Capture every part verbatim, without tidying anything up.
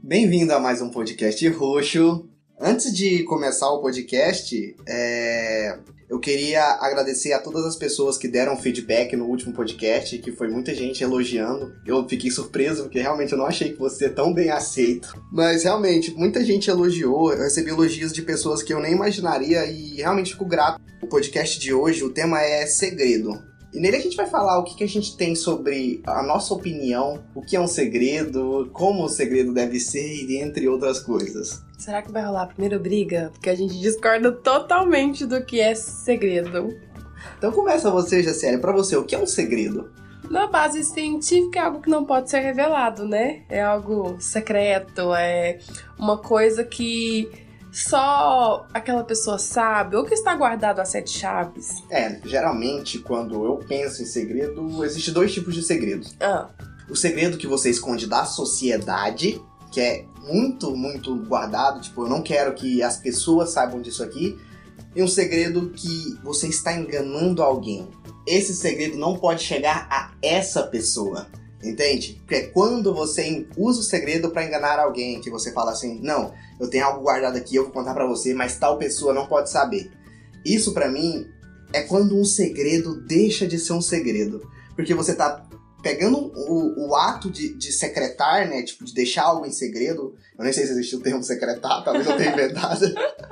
Bem-vindo a mais um podcast roxo. Antes de começar o podcast, é... eu queria agradecer a todas as pessoas que deram feedback no último podcast, que foi muita gente elogiando. Eu fiquei surpreso, porque realmente eu não achei que fosse tão bem aceito. Mas realmente, muita gente elogiou, eu recebi elogios de pessoas que eu nem imaginaria e realmente fico grato. O podcast de hoje, o tema é segredo. E nele a gente vai falar o que, que a gente tem sobre a nossa opinião, o que é um segredo, como o segredo deve ser e entre outras coisas. Será que vai rolar a primeira briga? Porque a gente discorda totalmente do que é segredo. Então começa você, Jaciele. Pra você, o que é um segredo? Na base científica é algo que não pode ser revelado, né? É algo secreto, é uma coisa que só aquela pessoa sabe, ou que está guardado a sete chaves. É, geralmente quando eu penso em segredo, existem dois tipos de segredos. Ah. O segredo que você esconde da sociedade, que é muito, muito guardado, tipo, eu não quero que as pessoas saibam disso aqui. E um segredo que você está enganando alguém. Esse segredo não pode chegar a essa pessoa, entende? Porque quando você usa o segredo para enganar alguém, que você fala assim, não, eu tenho algo guardado aqui, eu vou contar pra você, mas tal pessoa não pode saber. Isso pra mim é quando um segredo deixa de ser um segredo. Porque você tá pegando o, o ato de, de secretar, né? Tipo, de deixar algo em segredo. Eu nem sei se existe o termo secretar, talvez eu tenha inventado.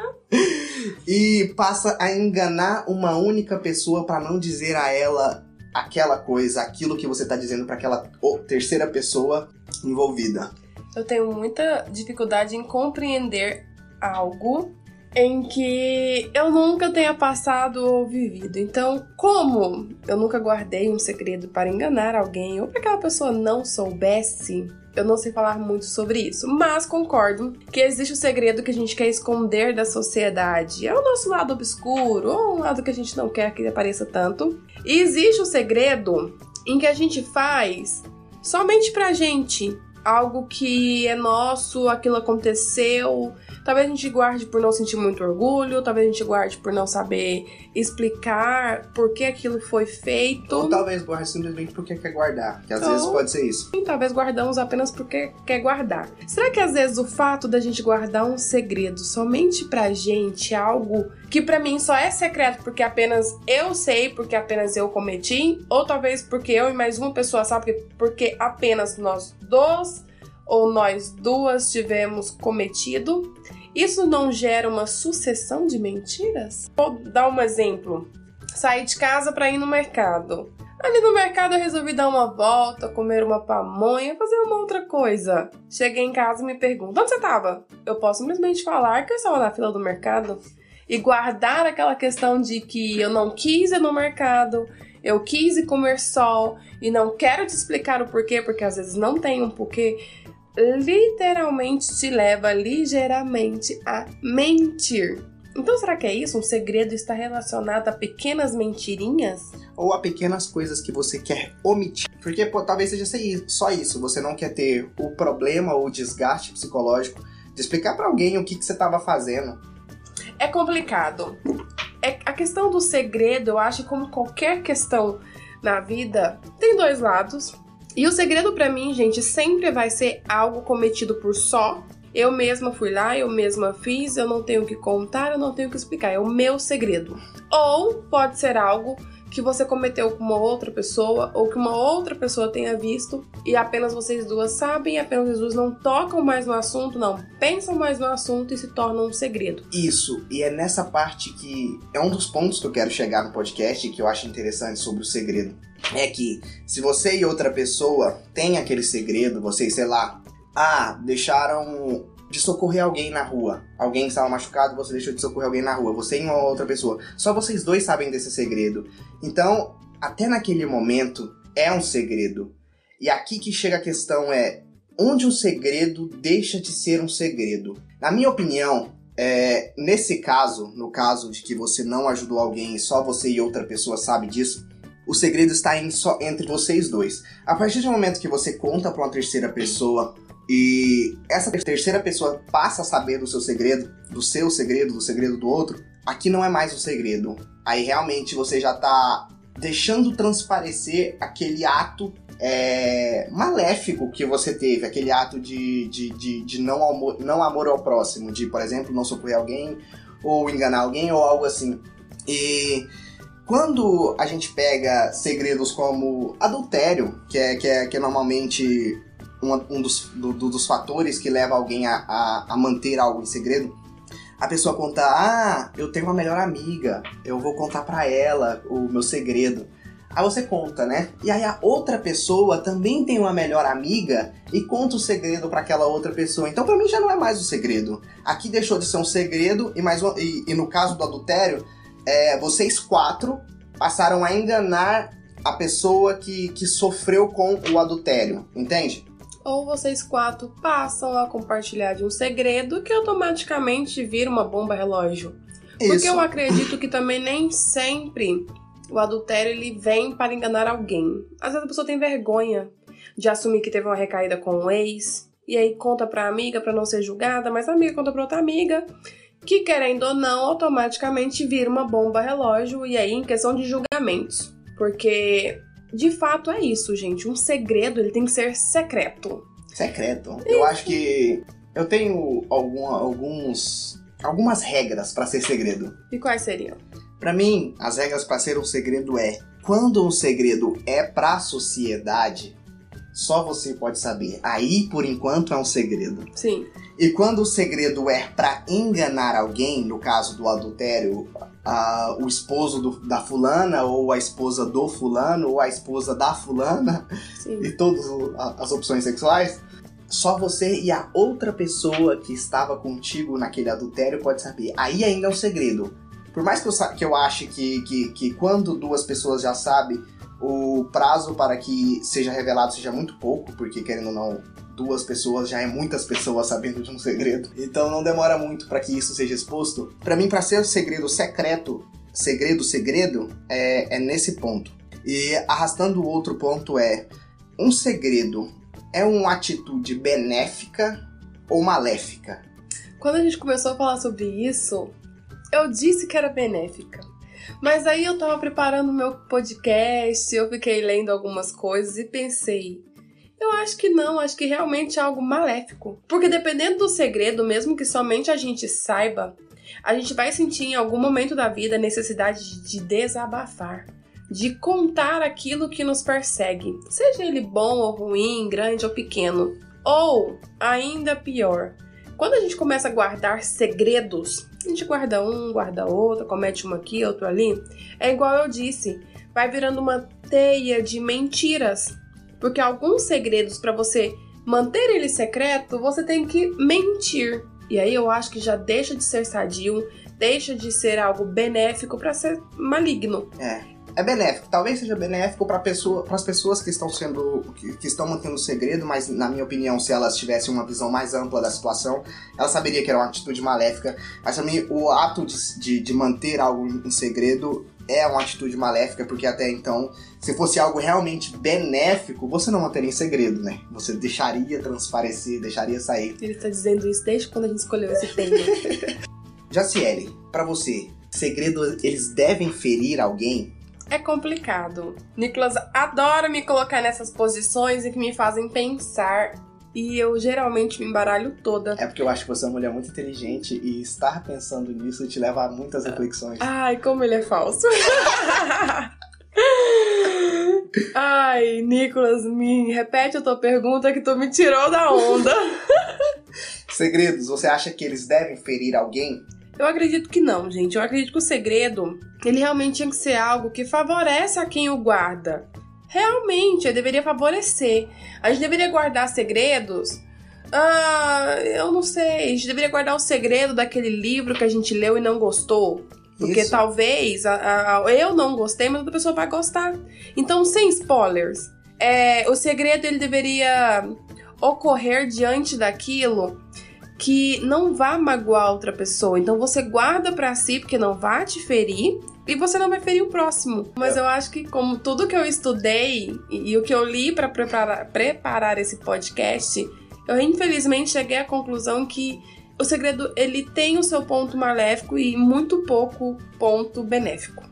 E passa a enganar uma única pessoa pra não dizer a ela aquela coisa, aquilo que você tá dizendo pra aquela terceira pessoa envolvida. Eu tenho muita dificuldade em compreender algo em que eu nunca tenha passado ou vivido. Então, como eu nunca guardei um segredo para enganar alguém ou para que aquela pessoa não soubesse, eu não sei falar muito sobre isso. Mas concordo que existe o segredo que a gente quer esconder da sociedade. É o nosso lado obscuro, ou um lado que a gente não quer que apareça tanto. E existe o segredo em que a gente faz somente pra gente. Algo que é nosso, aquilo aconteceu. Talvez a gente guarde por não sentir muito orgulho, talvez a gente guarde por não saber explicar por que aquilo foi feito. Ou talvez guarde simplesmente porque quer guardar, que às Ou, vezes pode ser isso. E talvez guardamos apenas porque quer guardar. Será que às vezes o fato da gente guardar um segredo somente pra gente, algo que pra mim só é secreto porque apenas eu sei, porque apenas eu cometi, ou talvez porque eu e mais uma pessoa sabe, porque, porque apenas nós dois ou nós duas tivemos cometido, isso não gera uma sucessão de mentiras? Vou dar um exemplo. Saí de casa para ir no mercado. Ali no mercado eu resolvi dar uma volta, comer uma pamonha, fazer uma outra coisa. Cheguei em casa e me perguntam, onde você estava? Eu posso simplesmente falar que eu estava na fila do mercado e guardar aquela questão de que eu não quis ir no mercado, eu quis ir comer sol e não quero te explicar o porquê, porque às vezes não tem um porquê. Literalmente te leva ligeiramente a mentir. Então será que é isso? Um segredo está relacionado a pequenas mentirinhas? Ou a pequenas coisas que você quer omitir. Porque pô, talvez seja só isso. Você não quer ter o problema ou o desgaste psicológico de explicar pra alguém o que, que você estava fazendo. É complicado. É, a questão do segredo, eu acho que como qualquer questão na vida, tem dois lados. E o segredo pra mim, gente, sempre vai ser algo cometido por só. Eu mesma fui lá, eu mesma fiz, eu não tenho o que contar, eu não tenho o que explicar. É o meu segredo. Ou pode ser algo que você cometeu com uma outra pessoa, ou que uma outra pessoa tenha visto, e apenas vocês duas sabem, apenas vocês duas não tocam mais no assunto, não pensam mais no assunto e se torna um segredo. Isso, e é nessa parte que é um dos pontos que eu quero chegar no podcast, que eu acho interessante sobre o segredo. É que se você e outra pessoa têm aquele segredo, vocês, sei lá, ah, deixaram de socorrer alguém na rua. Alguém estava machucado, você deixou de socorrer alguém na rua. Você e uma outra pessoa. Só vocês dois sabem desse segredo. Então, até naquele momento, é um segredo. E aqui que chega a questão é, onde o segredo deixa de ser um segredo? Na minha opinião, é, nesse caso, no caso de que você não ajudou alguém e só você e outra pessoa sabe disso, o segredo está em só entre vocês dois. A partir do momento que você conta para uma terceira pessoa e essa terceira pessoa passa a saber do seu segredo, do seu segredo, do segredo do outro, aqui não é mais um segredo. Aí realmente você já tá deixando transparecer aquele ato é, maléfico que você teve, aquele ato de, de, de, de não, amor, não amor ao próximo, de, por exemplo, não socorrer alguém, ou enganar alguém, ou algo assim. E quando a gente pega segredos como adultério, que é, que é, que é normalmente um, um dos, do, dos fatores que leva alguém a, a, a manter algo em segredo, a pessoa conta, ah, eu tenho uma melhor amiga, eu vou contar pra ela o meu segredo. Aí você conta, né? E aí a outra pessoa também tem uma melhor amiga e conta o segredo pra aquela outra pessoa. Então pra mim já não é mais um segredo. Aqui deixou de ser um segredo e, mais um, e, e no caso do adultério, é, vocês quatro passaram a enganar a pessoa que, que sofreu com o adultério, entende? Ou vocês quatro passam a compartilhar de um segredo que automaticamente vira uma bomba relógio. Porque Isso. eu acredito que também nem sempre o adultério ele vem para enganar alguém. Às vezes a pessoa tem vergonha de assumir que teve uma recaída com um ex, e aí conta pra amiga pra não ser julgada, mas a amiga conta pra outra amiga, que querendo ou não, automaticamente vira uma bomba relógio, e aí em questão de julgamentos. Porque, de fato, é isso, gente. Um segredo, ele tem que ser secreto. Secreto. Eu acho que eu tenho algum, alguns, algumas regras pra ser segredo. E quais seriam? Pra mim, as regras pra ser um segredo é, quando um segredo é pra sociedade, só você pode saber. Aí, por enquanto, é um segredo. Sim. E quando o segredo é pra enganar alguém, no caso do adultério, uh, o esposo do, da fulana, ou a esposa do fulano, ou a esposa da fulana, Sim. e todas as opções sexuais, só você e a outra pessoa que estava contigo naquele adultério pode saber. Aí ainda é um segredo. Por mais que eu, que eu ache que, que, que quando duas pessoas já sabem, o prazo para que seja revelado seja muito pouco, porque querendo ou não, duas pessoas já é muitas pessoas sabendo de um segredo. Então não demora muito para que isso seja exposto. Para mim, para ser segredo secreto, segredo, segredo, é, é nesse ponto. E arrastando o outro ponto é, um segredo é uma atitude benéfica ou maléfica? Quando a gente começou a falar sobre isso, eu disse que era benéfica. Mas aí eu tava preparando o meu podcast, eu fiquei lendo algumas coisas e pensei, eu acho que não, acho que realmente é algo maléfico. Porque dependendo do segredo, mesmo que somente a gente saiba, a gente vai sentir em algum momento da vida a necessidade de desabafar, de contar aquilo que nos persegue, seja ele bom ou ruim, grande ou pequeno. Ou, ainda pior, quando a gente começa a guardar segredos, a gente guarda um, guarda outro, comete um aqui, outro ali. É igual eu disse, vai virando uma teia de mentiras. Porque alguns segredos, para você manter ele secreto, você tem que mentir. E aí eu acho que já deixa de ser sadio, deixa de ser algo benéfico para ser maligno. É. É benéfico, talvez seja benéfico para pessoa, as pessoas que estão sendo, que, que estão mantendo o segredo, mas na minha opinião, se elas tivessem uma visão mais ampla da situação, elas saberiam que era uma atitude maléfica. Mas para mim, o ato de, de, de manter algo em segredo é uma atitude maléfica, porque até então, se fosse algo realmente benéfico, você não manteria em segredo, né? Você deixaria transparecer, deixaria sair. Ele tá dizendo isso desde quando a gente escolheu esse tema. Jaciele, para você, segredos, eles devem ferir alguém? É complicado. Nicolas adora me colocar nessas posições e que me fazem pensar. E eu geralmente me embaralho toda. É porque eu acho que você é uma mulher muito inteligente e estar pensando nisso te leva a muitas reflexões. Ai, como ele é falso. Ai, Nicolas, me repete a tua pergunta que tu me tirou da onda. Segredos, você acha que eles devem ferir alguém? Eu acredito que não, gente. Eu acredito que o segredo, ele realmente tinha que ser algo que favorece a quem o guarda. Realmente, ele deveria favorecer. A gente deveria guardar segredos... Ah, eu não sei. A gente deveria guardar o segredo daquele livro que a gente leu e não gostou. Porque Isso. talvez a, a, eu não gostei, mas outra pessoa vai gostar. Então, sem spoilers. É, o segredo, ele deveria ocorrer diante daquilo que não vá magoar outra pessoa. Então você guarda pra si, porque não vai te ferir, e você não vai ferir o próximo. Mas eu acho que, como tudo que eu estudei e, e o que eu li pra preparar, preparar esse podcast, eu infelizmente cheguei à conclusão que o segredo, ele tem o seu ponto maléfico e muito pouco ponto benéfico.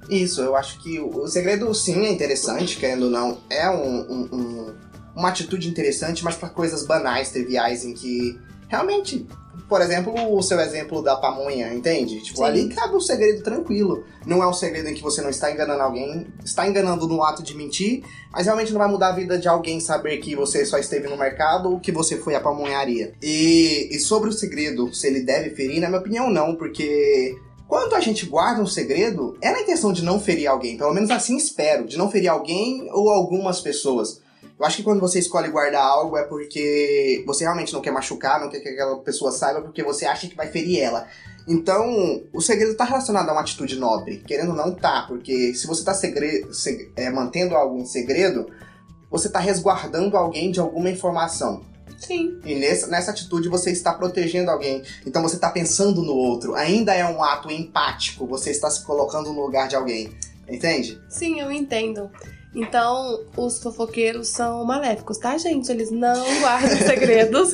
Isso, eu acho que o, o segredo, sim, é interessante, querendo ou não. É um, um, um, uma atitude interessante, mas para coisas banais, triviais, em que realmente... Por exemplo, o seu exemplo da pamonha, entende? Tipo, sim. Ali cabe um segredo tranquilo. Não é um segredo em que você não está enganando alguém, está enganando no ato de mentir, mas realmente não vai mudar a vida de alguém saber que você só esteve no mercado ou que você foi à pamonharia. E, e sobre o segredo, se ele deve ferir, na minha opinião, não, porque... Quando a gente guarda um segredo, é na intenção de não ferir alguém. Pelo menos assim espero, de não ferir alguém ou algumas pessoas. Eu acho que quando você escolhe guardar algo é porque você realmente não quer machucar, não quer que aquela pessoa saiba, porque você acha que vai ferir ela. Então, o segredo está relacionado a uma atitude nobre. Querendo ou não, tá. Porque se você está segre- seg- é, mantendo algo em segredo, você está resguardando alguém de alguma informação. Sim. E nessa, nessa atitude você está protegendo alguém. Então você está pensando no outro. Ainda é um ato empático. Você está se colocando no lugar de alguém. Entende? Sim, eu entendo. Então, os fofoqueiros são maléficos, tá, gente? Eles não guardam segredos.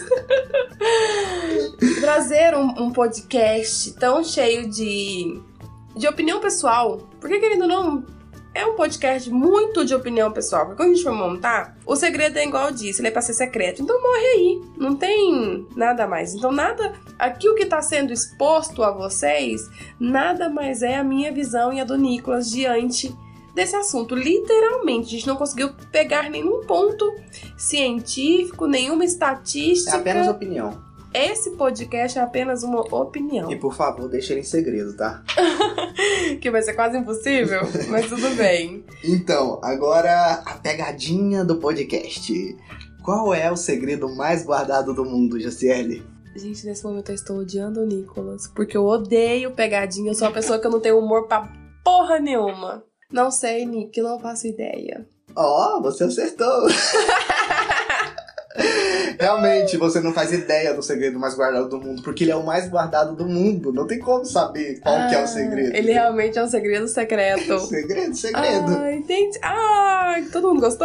Trazer um, um podcast tão cheio de, de opinião pessoal, porque, querendo ou não, é um podcast muito de opinião pessoal. Porque quando a gente for montar, o segredo é igual eu disse, ele é pra ser secreto. Então morre aí, não tem nada mais. Então nada, aqui o que tá sendo exposto a vocês, nada mais é a minha visão e a do Nicolas diante desse assunto. Literalmente, a gente não conseguiu pegar nenhum ponto científico, nenhuma estatística. É apenas opinião. Esse podcast é apenas uma opinião. E por favor, deixa ele em segredo, tá? Que vai ser quase impossível, mas tudo bem. Então, agora a pegadinha do podcast. Qual é o segredo mais guardado do mundo, Jaciele? Gente, nesse momento eu estou odiando o Nicolas, porque eu odeio pegadinha. Eu sou uma pessoa que eu não tenho humor pra porra nenhuma. Não sei, Nick, não faço ideia. Ó, oh, você acertou. Realmente, você não faz ideia do segredo mais guardado do mundo, porque ele é o mais guardado do mundo. Não tem como saber qual ah, que é o segredo. Ele realmente é um segredo secreto. Segredo, segredo. Ah, entendi. Ah, todo mundo gostou?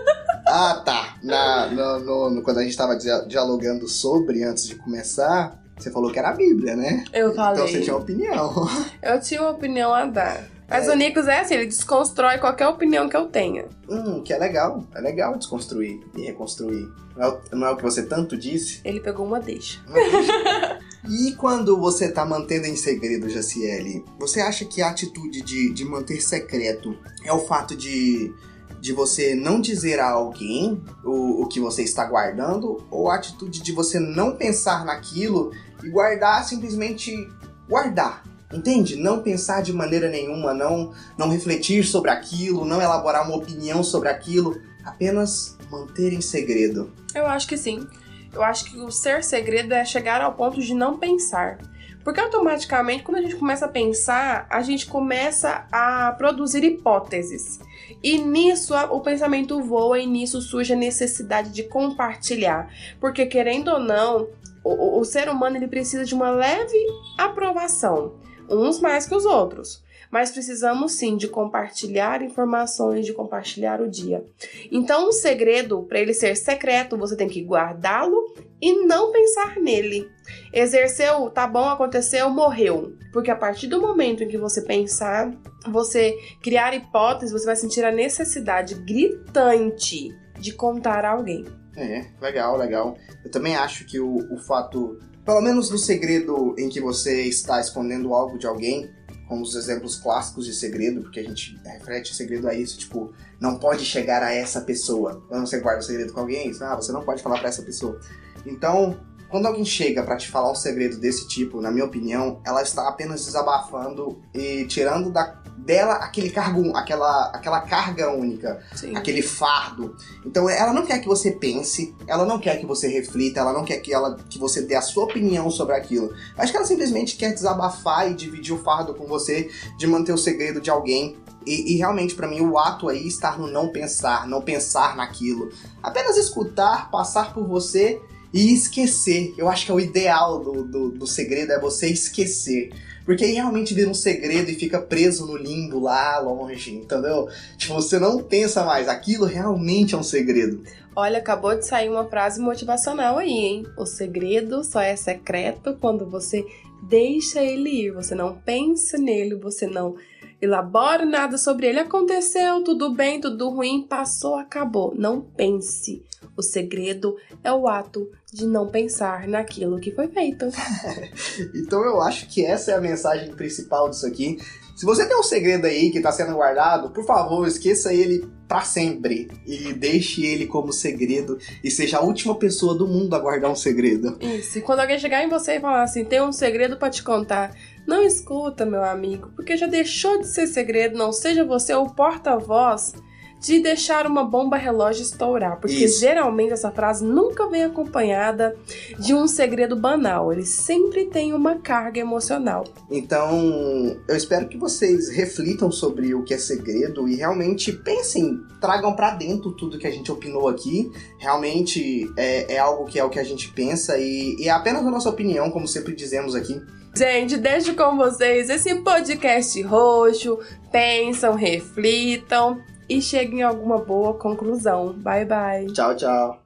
Ah, tá. Na, no, no, no, quando a gente tava dialogando sobre, antes de começar, você falou que era a Bíblia, né? Eu falei. Então você tinha opinião. Eu tinha uma opinião a dar. Mas é. O Nicolas é assim, ele desconstrói qualquer opinião que eu tenha. Hum, que é legal. É legal desconstruir e reconstruir. Não é, não é o que você tanto disse? Ele pegou uma deixa. Uma deixa. E quando você tá mantendo em segredo, Jaciele, você acha que a atitude de, de manter secreto é o fato de, de você não dizer a alguém o, o que você está guardando? Ou a atitude de você não pensar naquilo e guardar, simplesmente guardar? Entende? Não pensar de maneira nenhuma, não, não refletir sobre aquilo, não elaborar uma opinião sobre aquilo, apenas manter em segredo. Eu acho que sim. Eu acho que o ser segredo é chegar ao ponto de não pensar. Porque automaticamente, quando a gente começa a pensar, a gente começa a produzir hipóteses. E nisso o pensamento voa e nisso surge a necessidade de compartilhar. Porque, querendo ou não, o, o ser humano ele precisa de uma leve aprovação. Uns mais que os outros. Mas precisamos sim de compartilhar informações, de compartilhar o dia. Então, um segredo, para ele ser secreto, você tem que guardá-lo e não pensar nele. Exerceu, tá bom, aconteceu, morreu. Porque a partir do momento em que você pensar, você criar hipóteses, você vai sentir a necessidade gritante de contar a alguém. É, legal, legal. Eu também acho que o, o fato... Pelo menos no segredo em que você está escondendo algo de alguém, como os exemplos clássicos de segredo, porque a gente reflete segredo a isso, tipo, não pode chegar a essa pessoa. Quando você guarda o segredo com alguém, ah, você não pode falar pra essa pessoa. Então, quando alguém chega pra te falar um segredo desse tipo, na minha opinião, ela está apenas desabafando e tirando da, dela aquele cargo, aquela, aquela carga única, Sim. aquele fardo. Então, ela não quer que você pense, ela não quer que você reflita, ela não quer que, ela, que você dê a sua opinião sobre aquilo. Acho que ela simplesmente quer desabafar e dividir o fardo com você, de manter o segredo de alguém. E, e realmente, pra mim, o ato aí está no não pensar, não pensar naquilo. Apenas escutar, passar por você e esquecer. Eu acho que é o ideal do, do, do segredo, é você esquecer. Porque aí realmente vira um segredo e fica preso no limbo lá longe, entendeu? Tipo, você não pensa mais, aquilo realmente é um segredo. Olha, acabou de sair uma frase motivacional aí, hein? O segredo só é secreto quando você deixa ele ir. Você não pensa nele, você não elabore nada sobre ele. Aconteceu, tudo bem, tudo ruim, passou, acabou. Não pense. O segredo é o ato de não pensar naquilo que foi feito. Então eu acho que essa é a mensagem principal disso aqui. Se você tem um segredo aí que está sendo guardado, por favor, esqueça ele para sempre e deixe ele como segredo e seja a última pessoa do mundo a guardar um segredo. Isso, e quando alguém chegar em você e falar assim, tem um segredo para te contar, não escuta, meu amigo, porque já deixou de ser segredo, não seja você o porta-voz de deixar uma bomba relógio estourar, porque Isso. geralmente essa frase nunca vem acompanhada de um segredo banal, ele sempre tem uma carga emocional. Então, eu espero que vocês reflitam sobre o que é segredo e realmente pensem, tragam pra dentro tudo que a gente opinou aqui, realmente é, é algo que é o que a gente pensa e, e é apenas a nossa opinião, como sempre dizemos aqui. Gente, deixo com vocês esse podcast roxo, pensam, reflitam e cheguem a alguma boa conclusão. Bye, bye. Tchau, tchau.